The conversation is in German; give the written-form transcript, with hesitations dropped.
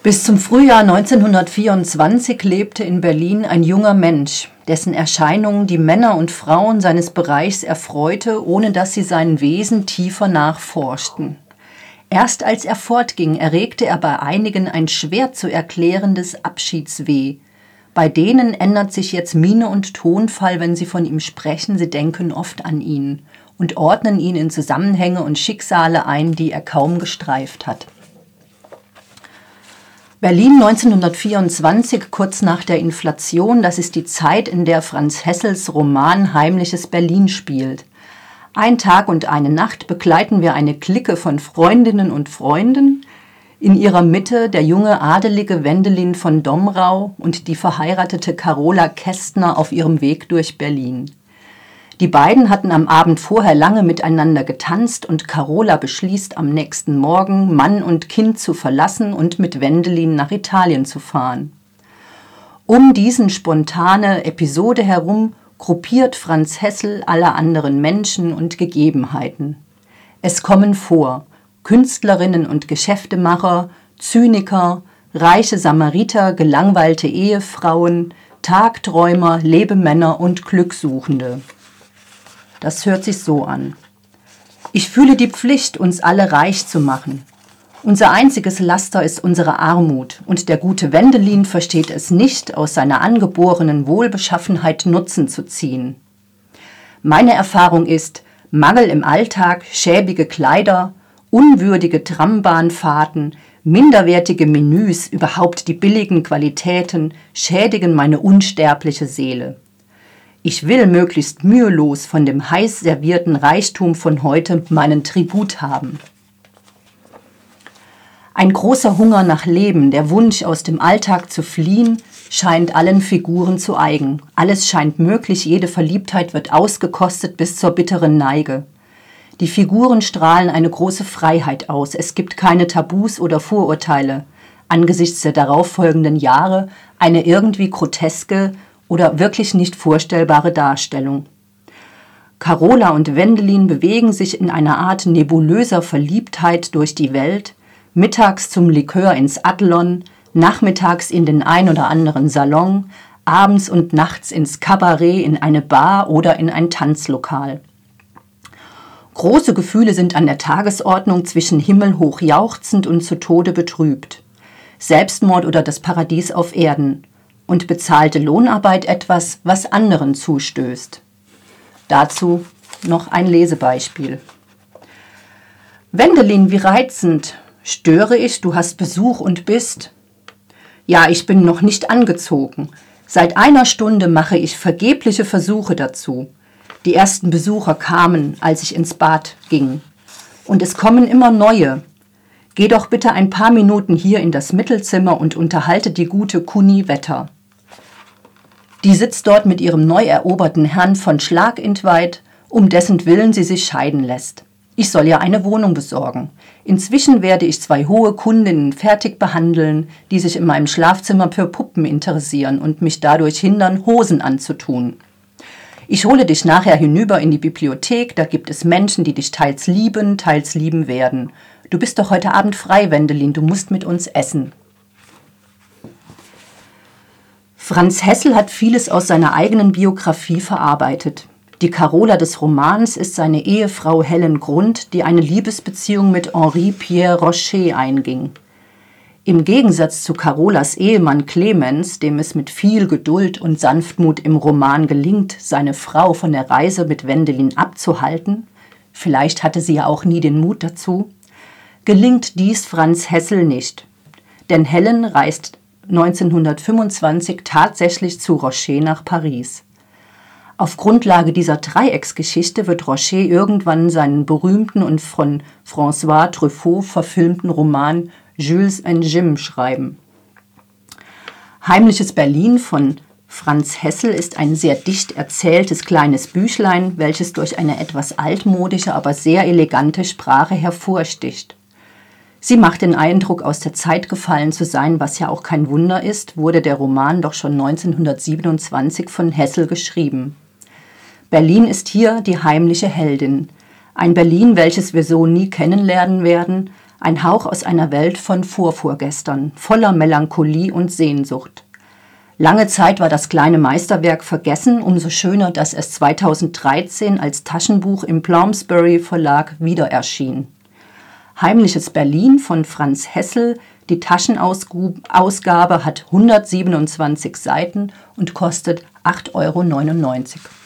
Bis zum Frühjahr 1924 lebte in Berlin ein junger Mensch, dessen Erscheinung die Männer und Frauen seines Bereichs erfreute, ohne dass sie sein Wesen tiefer nachforschten. Erst als er fortging, erregte er bei einigen ein schwer zu erklärendes Abschiedsweh. Bei denen ändert sich jetzt Miene und Tonfall, wenn sie von ihm sprechen, sie denken oft an ihn und ordnen ihn in Zusammenhänge und Schicksale ein, die er kaum gestreift hat. Berlin 1924, kurz nach der Inflation, das ist die Zeit, in der Franz Hessels Roman Heimliches Berlin spielt. Ein Tag und eine Nacht begleiten wir eine Clique von Freundinnen und Freunden, in ihrer Mitte der junge adelige Wendelin von Domrau und die verheiratete Carola Kästner auf ihrem Weg durch Berlin. Die beiden hatten am Abend vorher lange miteinander getanzt und Carola beschließt am nächsten Morgen, Mann und Kind zu verlassen und mit Wendelin nach Italien zu fahren. Um diesen spontane Episode herum gruppiert Franz Hessel alle anderen Menschen und Gegebenheiten. Es kommen vor Künstlerinnen und Geschäftemacher, Zyniker, reiche Samariter, gelangweilte Ehefrauen, Tagträumer, Lebemänner und Glückssuchende. Das hört sich so an. Ich fühle die Pflicht, uns alle reich zu machen. Unser einziges Laster ist unsere Armut, und der gute Wendelin versteht es nicht, aus seiner angeborenen Wohlbeschaffenheit Nutzen zu ziehen. Meine Erfahrung ist, Mangel im Alltag, schäbige Kleider, unwürdige Trambahnfahrten, minderwertige Menüs, überhaupt die billigen Qualitäten, schädigen meine unsterbliche Seele. Ich will möglichst mühelos von dem heiß servierten Reichtum von heute meinen Tribut haben. Ein großer Hunger nach Leben, der Wunsch, aus dem Alltag zu fliehen, scheint allen Figuren zu eigen. Alles scheint möglich, jede Verliebtheit wird ausgekostet bis zur bitteren Neige. Die Figuren strahlen eine große Freiheit aus. Es gibt keine Tabus oder Vorurteile. Angesichts der darauffolgenden Jahre eine irgendwie groteske oder wirklich nicht vorstellbare Darstellung. Carola und Wendelin bewegen sich in einer Art nebulöser Verliebtheit durch die Welt, mittags zum Likör ins Adlon, nachmittags in den ein oder anderen Salon, abends und nachts ins Kabarett, in eine Bar oder in ein Tanzlokal. Große Gefühle sind an der Tagesordnung, zwischen himmelhoch jauchzend und zu Tode betrübt. Selbstmord oder das Paradies auf Erden. Und bezahlte Lohnarbeit etwas, was anderen zustößt. Dazu noch ein Lesebeispiel. Wendelin, wie reizend. Störe ich, du hast Besuch und bist? Ja, ich bin noch nicht angezogen. Seit einer Stunde mache ich vergebliche Versuche dazu. Die ersten Besucher kamen, als ich ins Bad ging. Und es kommen immer neue. Geh doch bitte ein paar Minuten hier in das Mittelzimmer und unterhalte die gute Kuni Wetter. Die sitzt dort mit ihrem neu eroberten Herrn von Schlagintweit, um dessen Willen sie sich scheiden lässt. Ich soll ihr eine Wohnung besorgen. Inzwischen werde ich 2 hohe Kundinnen fertig behandeln, die sich in meinem Schlafzimmer für Puppen interessieren und mich dadurch hindern, Hosen anzutun. Ich hole dich nachher hinüber in die Bibliothek, da gibt es Menschen, die dich teils lieben werden. Du bist doch heute Abend frei, Wendelin, du musst mit uns essen. Franz Hessel hat vieles aus seiner eigenen Biografie verarbeitet. Die Carola des Romans ist seine Ehefrau Helen Grund, die eine Liebesbeziehung mit Henri Pierre Rocher einging. Im Gegensatz zu Carolas Ehemann Clemens, dem es mit viel Geduld und Sanftmut im Roman gelingt, seine Frau von der Reise mit Wendelin abzuhalten, vielleicht hatte sie ja auch nie den Mut dazu, gelingt dies Franz Hessel nicht. Denn Helen reist 1925 tatsächlich zu Rocher nach Paris. Auf Grundlage dieser Dreiecksgeschichte wird Rocher irgendwann seinen berühmten und von François Truffaut verfilmten Roman Jules and Jim schreiben. Heimliches Berlin von Franz Hessel ist ein sehr dicht erzähltes kleines Büchlein, welches durch eine etwas altmodische, aber sehr elegante Sprache hervorsticht. Sie macht den Eindruck, aus der Zeit gefallen zu sein, was ja auch kein Wunder ist, wurde der Roman doch schon 1927 von Hessel geschrieben. Berlin ist hier die heimliche Heldin. Ein Berlin, welches wir so nie kennenlernen werden, Ein Hauch aus einer Welt von Vorvorgestern, voller Melancholie und Sehnsucht. Lange Zeit war das kleine Meisterwerk vergessen, umso schöner, dass es 2013 als Taschenbuch im Bloomsbury Verlag wieder erschien. Heimliches Berlin von Franz Hessel, die Taschenausgabe hat 127 Seiten und kostet 8,99 €